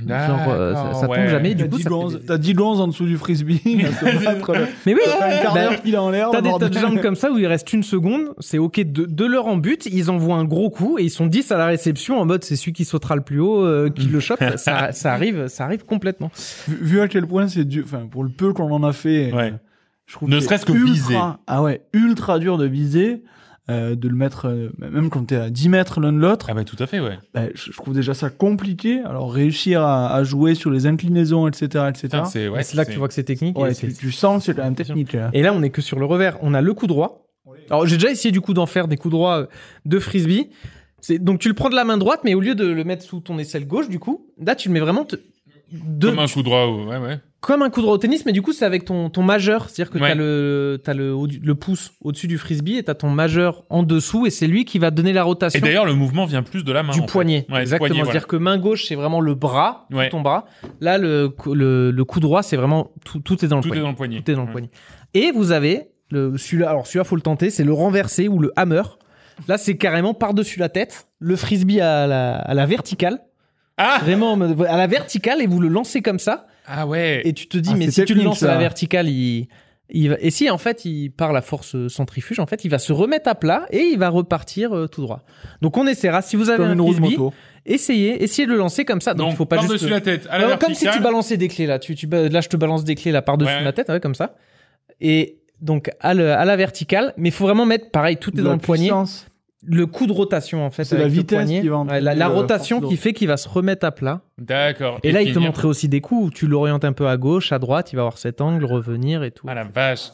Ça tombe jamais, du coup, t'as 10 gonzes en dessous du frisbee. Mais oui, t'as un quart d'heure qu'il est en l'air. T'as des touchdowns comme ça où il reste une seconde, c'est ok de leur en but, ils envoient un gros coup et ils sont 10 à la réception en mode c'est celui qui sautera le plus haut qui le chope. ça arrive complètement. Vu à quel point c'est dur, pour le peu qu'on en a fait, je trouve ne serait-ce que viser. Ah ouais, ultra dur de viser. De le mettre, même quand t'es à 10 mètres l'un de l'autre. Ah bah tout à fait, ouais. Je trouve déjà ça compliqué. Alors réussir à jouer sur les inclinaisons, etc. C'est là que tu vois que c'est technique. Ouais, tu sens que c'est quand même technique. Là. Et là, on est que sur le revers. On a le coup droit. Alors j'ai déjà essayé du coup d'en faire des coups droits de frisbee. Donc tu le prends de la main droite, mais au lieu de le mettre sous ton aisselle gauche, du coup, là tu le mets vraiment comme un coup droit, ouais. Comme un coup droit au tennis, mais du coup, c'est avec ton majeur. C'est-à-dire que t'as le pouce au-dessus du frisbee et t'as ton majeur en dessous et c'est lui qui va donner la rotation. Et d'ailleurs, le mouvement vient plus de la main. Du poignet. Ouais, exactement. Poignet, c'est-à-dire que main gauche, c'est vraiment le bras, ton bras. Là, le coup droit, c'est vraiment tout est dans le poignet. Tout est dans le poignet. Et vous avez celui-là. Alors, celui-là, faut le tenter. C'est le renversé ou le hammer. Là, c'est carrément par-dessus la tête. Le frisbee à la verticale. Ah! Vraiment à la verticale et vous le lancez comme ça. Ah ouais. Et tu te dis, mais si tu le lances à la verticale, il va... Et si, en fait, par la force centrifuge, en fait, il va se remettre à plat et il va repartir tout droit. Donc, on essaiera. Si vous avez un frisbee, essayez de le lancer comme ça. Donc, il faut pas par-dessus la tête, à la verticale. Comme si tu balançais des clés, là. Là, je te balance des clés, là, par-dessus la tête, comme ça. Et donc, à la verticale. Mais il faut vraiment mettre, pareil, tout est dans le poignet. Le coup de rotation, en fait, c'est avec la vitesse qui va la rotation qui fait qu'il va se remettre à plat. D'accord. Et là, il te montrait aussi des coups où tu l'orientes un peu à gauche, à droite, il va avoir cet angle, revenir et tout. Ah la vache.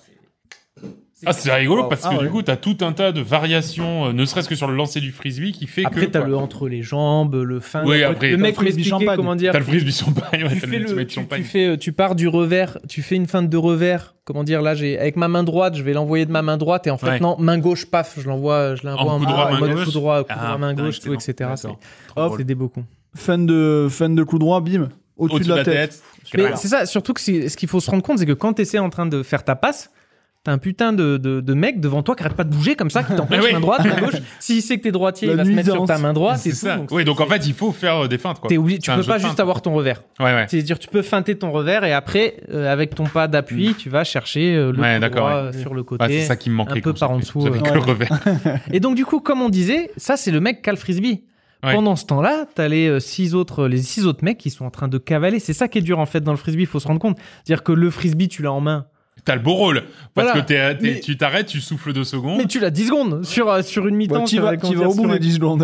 C'est rigolo parce que du coup, t'as tout un tas de variations, ne serait-ce que sur le lancer du frisbee qui fait après, t'as le entre les jambes, le fin. Oui, après, le mec m'expliquait comment dire. T'as le frisbee champagne, tu pars du revers, tu fais une feinte de revers. Comment dire, là, avec ma main droite, je vais l'envoyer de ma main droite et en fait, non, main gauche, paf, je l'envoie en coup droit, coup droit, main gauche, tout, etc. C'est des beaux coups. Fin de coup droit, bim, au-dessus de la tête. Mais c'est ça, surtout que ce qu'il faut se rendre compte, c'est que quand t'essaies en train de faire ta passe, t'as un putain de mec devant toi qui arrête pas de bouger comme ça, qui t'empêche main droite, main gauche. S'il sait que t'es droitier, il va se mettre sur ta main droite. C'est ça. Donc en fait, il faut faire des feintes, quoi. Tu peux pas juste avoir ton revers. Ouais. C'est-à-dire, tu peux feinter ton revers et après, avec ton pas d'appui, tu vas chercher le droit sur le côté. C'est ça qui me manquait. Un peu par en dessous. J'avais que le revers. Et donc, du coup, comme on disait, ça, c'est le mec qui a le frisbee. Ouais. Pendant ce temps-là, t'as les six autres mecs qui sont en train de cavaler. C'est ça qui est dur, en fait, dans le frisbee, il faut se rendre compte. C'est-à-dire que le frisbee, tu l'as en main. T'as le beau rôle. Parce que tu t'arrêtes, tu souffles 2 secondes. Mais tu l'as 10 secondes sur une mi-temps. Tu vas au bout des 10 secondes.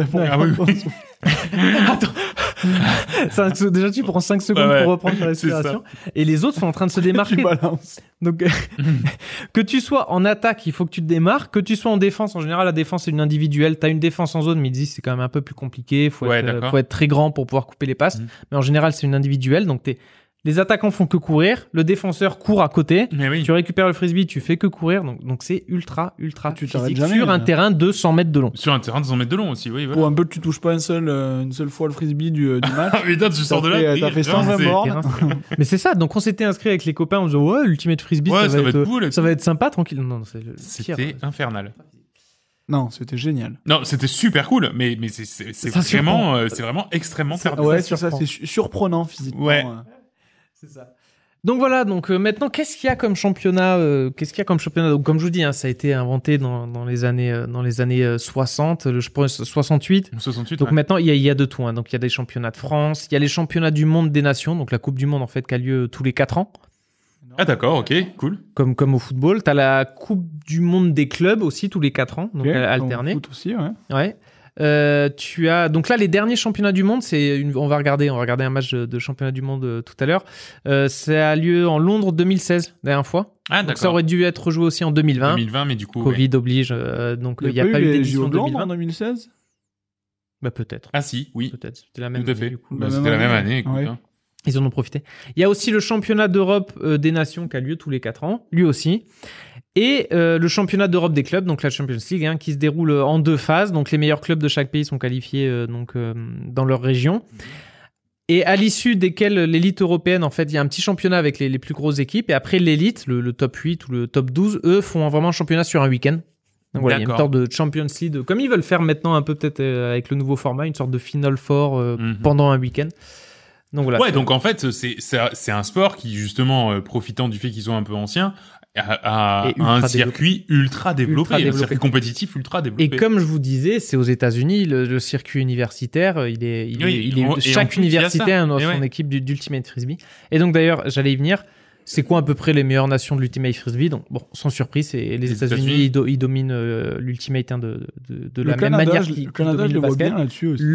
Attends. Déjà, tu prends 5 secondes pour reprendre ta respiration. Et les autres sont en train de se démarquer. Tu balances. Donc, que tu sois en attaque, il faut que tu te démarques. Que tu sois en défense, en général, la défense, c'est une individuelle. T'as une défense en zone, mais ils disent c'est quand même un peu plus compliqué. Faut être très grand pour pouvoir couper les passes. Mais en général, c'est une individuelle. Donc, les attaquants font que courir, le défenseur court à côté, tu récupères le frisbee, tu fais que courir, donc c'est ultra tu physique jamais, sur un terrain de 100 mètres de long. Sur un terrain de 100 mètres de long aussi, oui. Voilà. Pour un peu que tu touches pas une seule fois le frisbee du match. Ah putain, tu sors de là. T'as fait 120 bornes. Mais c'est ça, donc on s'était inscrit avec les copains, on disait ouais, l'ultimate frisbee, ça va être cool, ça va être sympa, tranquille. Non, c'était infernal. Non, c'était génial. Non, c'était super cool, mais c'est vraiment extrêmement tardif. Ouais, c'est ça, c'est surprenant physiquement. Ouais. C'est ça. Donc voilà, maintenant, qu'est-ce qu'il y a comme championnat Donc comme je vous dis, ça a été inventé dans les années 60, je pense 68. Donc maintenant, il y a de tout. Donc il y a des championnats de France, il y a les championnats du monde des nations, donc la Coupe du Monde en fait qui a lieu tous les 4 ans. Ah d'accord, ok, cool. Comme au football, t'as la Coupe du monde des clubs aussi tous les 4 ans, donc alternée. Foot aussi, ouais. Tu as donc là les derniers championnats du monde, on va regarder un match de championnat du monde tout à l'heure. Ça a lieu en Londres 2016 la dernière fois. Ah d'accord. Donc ça aurait dû être joué aussi en 2020. 2020 mais du coup Covid oblige, donc il y a pas eu d'édition 2020 en 2016. Bah peut-être. Ah si, oui. Peut-être. C'était la même Tout à fait. année, du coup. C'était la même année. Écoute, ouais. Ils en ont profité. Il y a aussi le championnat d'Europe des nations qui a lieu tous les 4 ans, lui aussi. Et le championnat d'Europe des clubs, donc la Champions League, qui se déroule en 2 phases. Donc les meilleurs clubs de chaque pays sont qualifiés dans leur région. Et à l'issue desquels l'élite européenne, en fait, il y a un petit championnat avec les plus grosses équipes. Et après l'élite, le top 8 ou le top 12, eux font vraiment un championnat sur un week-end. Donc voilà, il y a une sorte de Champions League, comme ils veulent faire maintenant un peu peut-être avec le nouveau format, une sorte de Final Four pendant un week-end. Donc voilà. Ouais, donc en fait, c'est un sport qui, justement, profitant du fait qu'ils sont un peu anciens, a un circuit ultra développé, un circuit compétitif ultra développé. Et comme je vous disais, c'est aux États-Unis, le circuit universitaire, chaque université a son équipe d'Ultimate Frisbee. Et donc d'ailleurs, j'allais y venir. C'est quoi à peu près les meilleures nations de l'Ultimate Frisbee? Donc bon, sans surprise, c'est les États-Unis, ils dominent l'Ultimate de la même manière qu'ils dominent le basket. Bien là-dessus aussi.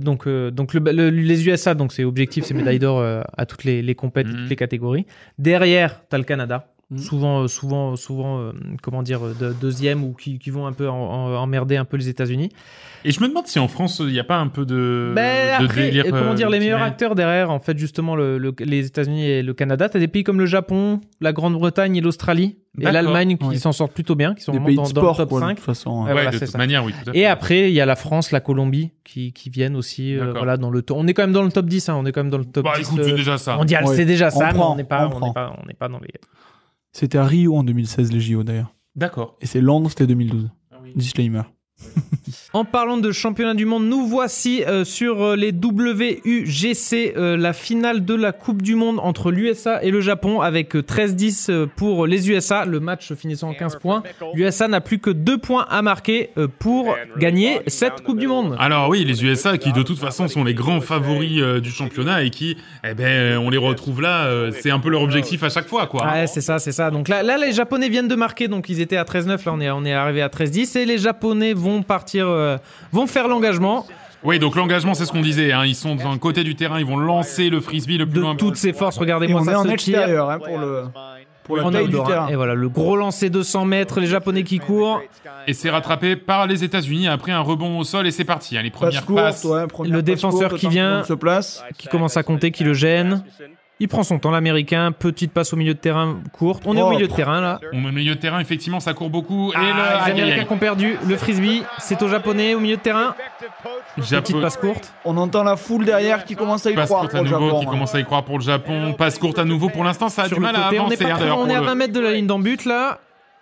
Les USA, donc c'est objectif, c'est médaille d'or à toutes les compètes, toutes les catégories. Derrière, t'as le Canada. Souvent, comment dire, deuxième ou qui vont un peu emmerder un peu les États-Unis. Et je me demande si en France, il n'y a pas un peu de après, délire. Comment dire, les meilleurs acteurs derrière, en fait, justement, les États-Unis et le Canada. T'as des pays comme le Japon, la Grande-Bretagne et l'Australie. Et l'Allemagne qui s'en sortent plutôt bien, qui sont vraiment dans le top 5. De toute façon. De toute manière, oui. Tout à fait. Et après, il y a la France, la Colombie qui viennent aussi dans le top. On est quand même dans le top 10, on est quand même dans le top 10. Écoute, c'est déjà ça. Mondial, c'est déjà ça, mais on n'est pas dans les... C'était à Rio en 2016, les JO d'ailleurs. D'accord. Et c'est Londres, c'était 2012. Disclaimer. En parlant de championnat du monde, nous voici sur les WUGC, la finale de la Coupe du Monde entre l'USA et le Japon avec 13-10 pour les USA, le match finissant en 15 points. L'USA n'a plus que 2 points à marquer pour gagner cette Coupe du Monde. Alors oui, les USA qui de toute façon sont les grands favoris du championnat et qui, on les retrouve là, c'est un peu leur objectif à chaque fois, quoi. Ouais, c'est ça. Donc là, les Japonais viennent de marquer, donc ils étaient à 13-9, là on est arrivé à 13-10 et les Japonais vont faire l'engagement. Oui, donc l'engagement, c'est ce qu'on disait. Ils sont d'un côté du terrain, ils vont lancer le frisbee le plus loin. De toutes ses forces, regardez-moi ça. On est en extérieur pour la taille du terrain. Et voilà, le gros lancer 200 mètres, les Japonais qui courent. Et c'est rattrapé par les États-Unis après un rebond au sol et c'est parti. Les premières passes. Le défenseur qui vient, qui commence à compter, qui le gêne. Il prend son temps, l'Américain. Petite passe au milieu de terrain courte. On est au milieu de terrain, là. On est au milieu de terrain, effectivement, ça court beaucoup. Et les Américains qui ont perdu. Le frisbee, c'est aux Japonais au milieu de terrain. Petite passe courte. On entend la foule derrière qui commence à y croire pour le Japon. Qui commence à y croire pour le Japon. Passe courte à nouveau. Pour l'instant, ça a du mal à avancer. On est à 20 mètres de la ligne d'en but, là.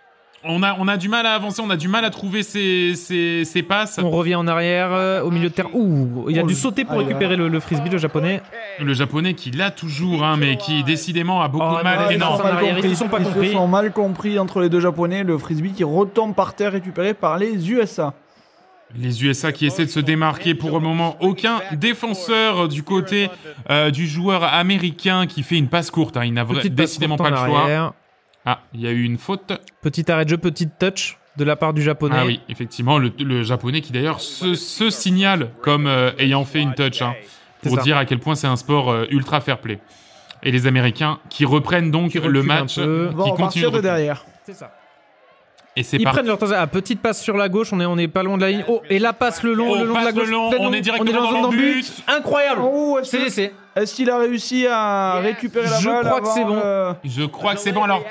On a du mal à avancer, on a du mal à trouver ses passes. On revient en arrière, au milieu de terrain. Ouh, il a dû sauter pour récupérer le frisbee, le japonais. Le japonais qui l'a toujours, hein, mais qui décidément a beaucoup de mal. non, Et non, ils se sont pas compris. Ils se sont mal compris entre les deux japonais. Le frisbee qui retombe par terre récupéré par les USA. les USA qui essaient de se démarquer pour le moment. Aucun défenseur du côté du joueur américain qui fait une passe courte. Hein. Il n'a décidément pas le choix. Ah, il y a eu une faute. Petit arrêt de jeu, petite touch de la part du japonais. Ah oui, effectivement, le japonais qui d'ailleurs se signale comme ayant fait une touch, hein, pour dire à quel point c'est un sport ultra fair play. Et les Américains qui reprennent donc le match, qui continuent de derrière. C'est ça. Et c'est Ils parti. prennent leur temps. Ah, petite passe sur la gauche, on est pas loin de la ligne. Oh, et la passe le long de la gauche. On est directement dans le but. Incroyable. Oh, c'est laissé. Est-ce qu'il a réussi à récupérer la balle? Je crois que c'est bon. Je crois que c'est bon. Alors,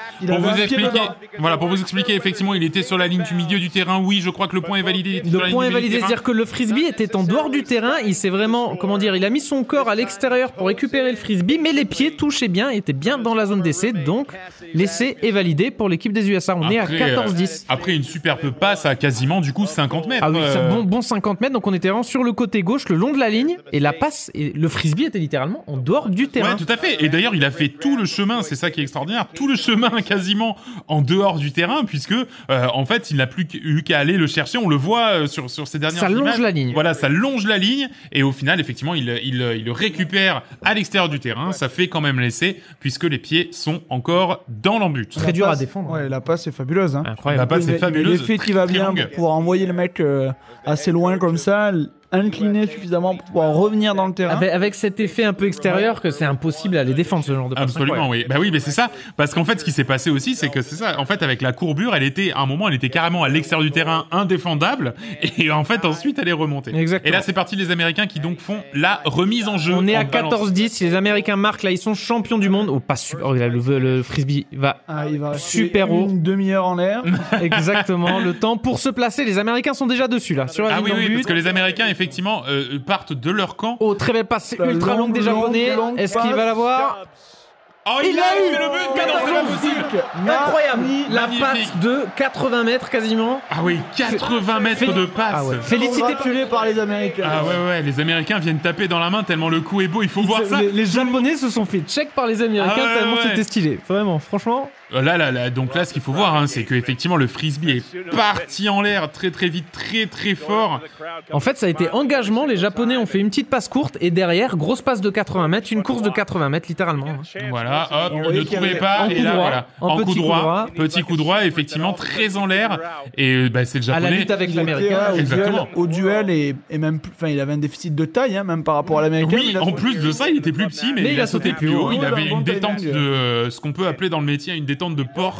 pour vous expliquer, effectivement, il était sur la ligne du milieu du terrain. Oui, je crois que le point est validé. Le point est validé, c'est-à-dire que le frisbee était en dehors du terrain. Il s'est vraiment, il a mis son corps à l'extérieur pour récupérer le frisbee, mais les pieds touchaient bien, étaient bien dans la zone d'essai. Donc, l'essai est validé pour l'équipe des USA. On est à 14-10. Après une superbe passe à quasiment, du coup, 50 mètres. Ah oui, c'est bon 50 mètres. Donc, on était vraiment sur le côté gauche, le long de la ligne. Et la passe, et le frisbee était littéralement en dehors du terrain. Ouais, tout à fait. Et d'ailleurs, il a fait tout le chemin, c'est ça qui est extraordinaire, tout le chemin quasiment en dehors du terrain, puisque en fait, il n'a plus eu qu'à aller le chercher. On le voit sur ces dernières images. Ça longe la ligne. Voilà, ça longe la ligne. Et au final, effectivement, il le récupère à l'extérieur du terrain. Ça fait quand même l'essai, puisque les pieds sont encore dans l'embut. Très dur à défendre. Ouais, la passe est fabuleuse. Hein. Incroyable. La passe est fabuleuse. L'effet qui va bien pour pouvoir envoyer le mec assez loin comme ça, incliné suffisamment pour pouvoir revenir dans le terrain. Avec cet effet un peu extérieur que c'est impossible à les défendre, ce genre de passe. Absolument, oui. Bah oui, mais c'est ça. Parce qu'en fait, ce qui s'est passé aussi, c'est que c'est ça. En fait, avec la courbure, à un moment, elle était carrément à l'extérieur du terrain, indéfendable. Et en fait, ensuite, elle est remontée. Exactement. Et là, c'est parti, les Américains qui donc font la remise en jeu. On est à 14-10. Si les Américains marquent, là, ils sont champions du monde. Oh, pas super. Oh, le frisbee va super haut. Une demi-heure en l'air. Exactement. Le temps pour se placer. Les Américains sont déjà dessus, là. Sur la ligne oui, parce que les Américains, effectivement, partent de leur camp. Oh, très belle passe ultra longue des Japonais. Est-ce qu'il va l'avoir? Oh, il a eu le but, mais non, c'est pas possible. Incroyable. La passe de 80 mètres quasiment. Ah oui, 80 mètres de passe. Ah ouais. Félicité par les Américains. Ah ouais, les Américains viennent taper dans la main tellement le coup est beau, il faut voir ça. Les Japonais se sont fait check par les Américains tellement c'était stylé. Vraiment, franchement. Donc là, ce qu'il faut voir, hein, c'est que effectivement le frisbee est parti en l'air très très vite, très très fort. En fait, ça a été engagement. Les Japonais ont fait une petite passe courte et derrière, grosse passe de 80 mètres, une course de 80 mètres littéralement. Voilà, hop, ne trouvez pas et là voilà, en coup droit, petit coup droit, effectivement très en l'air et c'est le Japonais. À la lutte avec l'Américain. Exactement. Au duel et même, il avait un déficit de taille, hein, même par rapport à l'Américain. Oui, en plus de ça, il était plus petit, mais il a sauté plus haut. Il avait une détente de ce qu'on peut appeler dans le métier une détente de porc.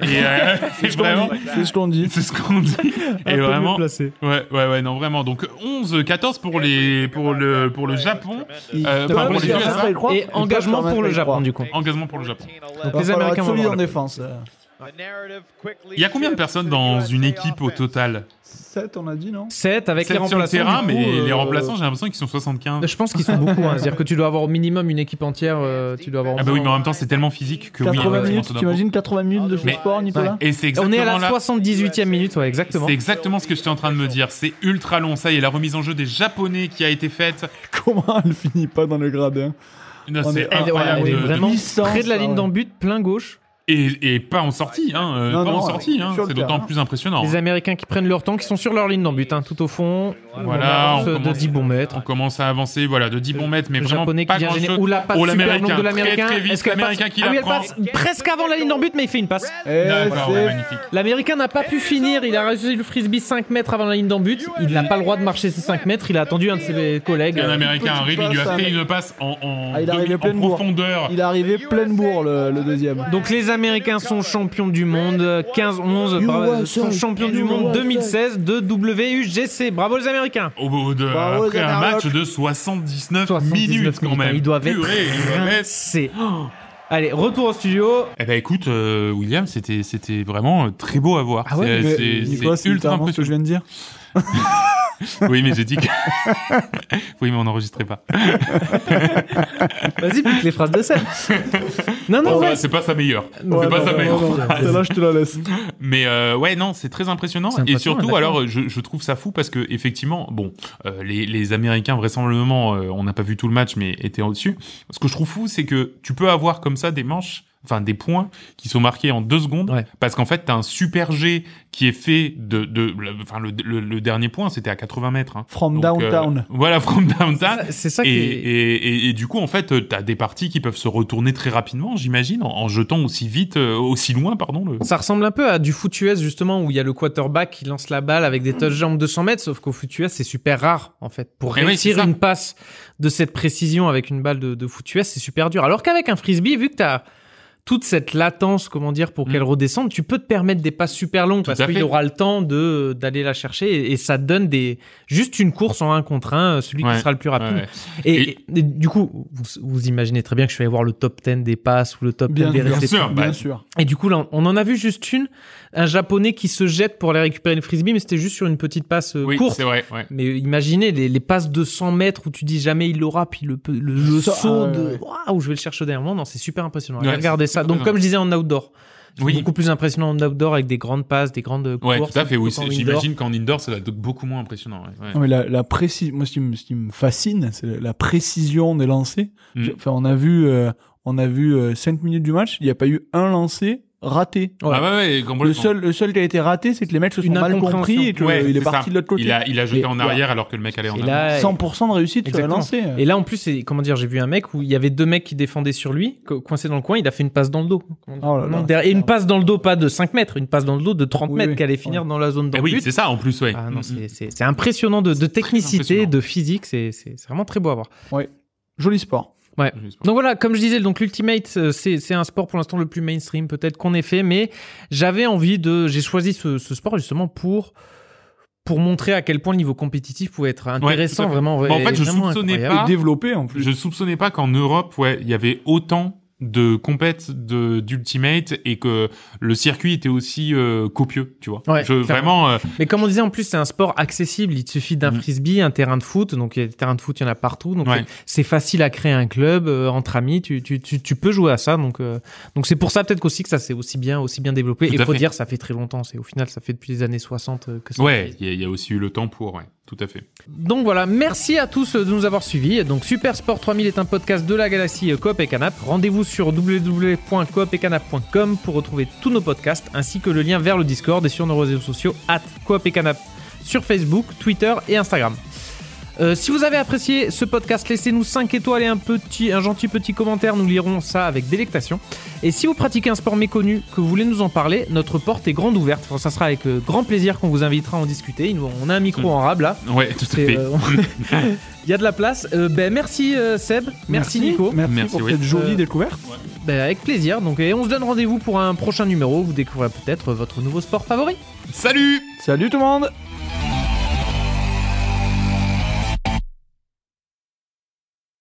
Et vraiment, c'est ce qu'on dit. C'est ce qu'on dit. Et vraiment. Ouais, non, vraiment. Donc 11-14 pour le Japon. Pour les USA. Et engagement pour le Japon, du coup. Engagement pour le Japon. Donc les Américains vont en défense. Il y a combien de personnes dans une équipe au total? 7, on a dit, non? 7 avec 7 les remplaçants. sur le terrain, mais les remplaçants, j'ai l'impression qu'ils sont 75. Je pense qu'ils sont beaucoup. C'est-à-dire que tu dois avoir au minimum une équipe entière. Tu dois avoir. Ah bah oui, mais en même temps, c'est tellement physique que 80 minutes, t'imagines 80 minutes de sport, Nicolas? Et c'est exactement on est à la 78e minute, ouais, exactement. C'est exactement ce que j'étais en train de me dire. C'est ultra long. Ça y est, la remise en jeu des Japonais qui a été faite. Comment elle finit pas dans le gradin? Non, c'est elle est vraiment près de la ligne d'en but, plein gauche. Et pas en sortie, hein. C'est d'autant plus impressionnant. Les Américains qui prennent leur temps, qui sont sur leur ligne d'en but, tout au fond. Voilà, de 10 bons mètres. On commence à avancer, de 10 bons mètres, mais le vraiment Japonais pas qui vient grand gêner. chose. Ou la passe super longue de l'Américain. Très vite, l'Américain qui la prend. Elle passe presque avant la ligne d'en but, mais il fait une passe. D'accord, magnifique. L'Américain n'a pas pu finir. Il a réussi le frisbee 5 mètres avant la ligne d'en but. Il n'a pas le droit de marcher ces 5 mètres. Il a attendu un de ses collègues. Un Américain arrive, il lui a fait une passe en profondeur. Il est arrivé pleine bourre, le deuxième. Donc les Américains sont champions du monde 15-11, sont champions du monde 2016 de WUGC. Bravo les Américains. Après un match de 79 minutes quand même. Ils doivent être rincés. Allez, retour au studio. Eh ben écoute, William, c'était vraiment très beau à voir. Ah ouais, c'est ultra impressionnant ce que je viens de dire. Oui, mais j'ai dit que... Oui, mais on n'enregistrait pas. Vas-y, pique les phrases de Seb. Non, Bon, ouais. c'est pas sa meilleure. Ouais, c'est pas non, sa non, meilleure non, phrase. celle-là, je te la laisse. Mais ouais, non, c'est très impressionnant. C'est Et impressionnant, surtout, d'accord. alors, je trouve ça fou parce que effectivement, bon, les Américains vraisemblablement, on n'a pas vu tout le match, mais étaient au-dessus. Ce que je trouve fou, c'est que tu peux avoir comme ça des manches, enfin des points qui sont marqués en 2 secondes, Ouais. parce qu'en fait, t'as un super G qui est fait enfin le dernier point, c'était à 80 mètres. Hein. From Donc, downtown. Voilà, from downtown. C'est ça qui est... Et du coup, en fait, t'as des parties qui peuvent se retourner très rapidement, j'imagine, en jetant aussi vite, aussi loin, pardon. Ça ressemble un peu à du foot US, justement, où il y a le quarterback qui lance la balle avec des touchdowns de 200 mètres, sauf qu'au foot US, c'est super rare, en fait. Pour Eh oui, réussir c'est ça. une passe de cette précision avec une balle de foot US, c'est super dur. Alors qu'avec un frisbee, vu que t'as toute cette latence, comment dire, pour qu'elle redescende, tu peux te permettre des passes super longues parce à qu'il fait. aura le temps d'aller la chercher et ça donne juste une course en 1 contre 1, celui Ouais, qui sera le plus rapide. ouais. Et du coup, vous imaginez très bien que je suis allé voir le top 10 des passes ou le top 10 des bien réceptions. sûr. Bien Bah, sûr. Et du coup, là, on en a vu juste un japonais qui se jette pour aller récupérer le frisbee, mais c'était juste sur une petite passe Oui, courte. c'est vrai, ouais. Mais imaginez les passes de 100 mètres où tu dis jamais il l'aura, puis le Ça, saut ouais, de ouais. waouh, je vais le chercher au dernier moment. Non, c'est super impressionnant. Ouais, Regardez c'est ça. très Donc, bien. comme je disais en outdoor, c'est Oui. beaucoup plus impressionnant en outdoor avec des grandes passes, des grandes Ouais, courses. tout à fait. Oui, plutôt qu'en indoor. j'imagine qu'en indoor, ça doit être beaucoup moins impressionnant. Ouais, ouais. Non, mais la précision, moi, ce qui me fascine, c'est la précision des lancers. Mm. Enfin, on a vu 5 minutes du match, il n'y a pas eu un lancé raté. Ouais. Ah ouais, Le complètement. seul qui a été raté, c'est que les mecs se sont Une mal incompréhension. compris et qu'il Ouais, est c'est parti ça. de l'autre côté. Il a jeté Et- en arrière alors que le mec allait en Et avant. là, 100% de réussite sur un Exactement. lancer. Et là, en plus, comment dire, j'ai vu un mec où il y avait 2 mecs qui défendaient sur lui, coincés dans le coin, il a fait une passe dans le dos. Oh là là. Et une passe dans le dos, pas de 5 mètres, une passe dans le dos de 30 Oui, mètres oui. qui allait finir dans la zone Eh d'en oui, but. c'est ça en plus, ouais. Ah non, Mm, mm. c'est impressionnant de technicité, impressionnant. de physique, c'est vraiment très beau à voir. Joli sport. Ouais. J'espère. Donc voilà, comme je disais, donc l'Ultimate, c'est un sport pour l'instant le plus mainstream peut-être qu'on ait fait, mais j'ai choisi ce sport justement pour montrer à quel point le niveau compétitif pouvait être intéressant, tout à fait. vraiment. Bah, en fait, je vraiment soupçonnais incroyable. pas. Et développé en plus. Je soupçonnais pas qu'en Europe, il y avait autant de compètes d'Ultimate et que le circuit était aussi copieux, tu vois. Ouais, clairement. Vraiment, Mais comme on disait, en plus, c'est un sport accessible. Il te suffit d'un frisbee, un terrain de foot. Donc, il y a des terrains de foot, il y en a partout. Donc, Ouais. c'est facile à créer un club entre amis. Tu peux jouer à ça. Donc c'est pour ça peut-être qu'aussi que ça s'est aussi bien développé. Tout Et à faut fait. dire, ça fait très longtemps. Au final, ça fait depuis les années 60 que ça ouais, existe. il y a aussi eu le temps pour, ouais, tout à fait. Donc voilà, merci à tous de nous avoir suivis. Donc Super Sport 3000 est un podcast de la galaxie Coop et Canap. Rendez-vous sur www.coopetcanap.com pour retrouver tous nos podcasts ainsi que le lien vers le Discord et sur nos réseaux sociaux @Coop et Canap sur Facebook, Twitter et Instagram. Si vous avez apprécié ce podcast, laissez-nous 5 étoiles et un gentil petit commentaire, nous lirons ça avec délectation. Et si vous pratiquez un sport méconnu, que vous voulez nous en parler, notre porte est grande ouverte. Enfin, ça sera avec grand plaisir qu'on vous invitera à en discuter. On a un micro en rab là. Ouais, tout à C'est, fait. Il y a de la place. Merci Seb, merci Nico. Merci pour oui. cette jolie découverte. Avec plaisir. Donc, et on se donne rendez-vous pour un prochain numéro. Vous découvrirez peut-être votre nouveau sport favori. Salut! Salut tout le monde!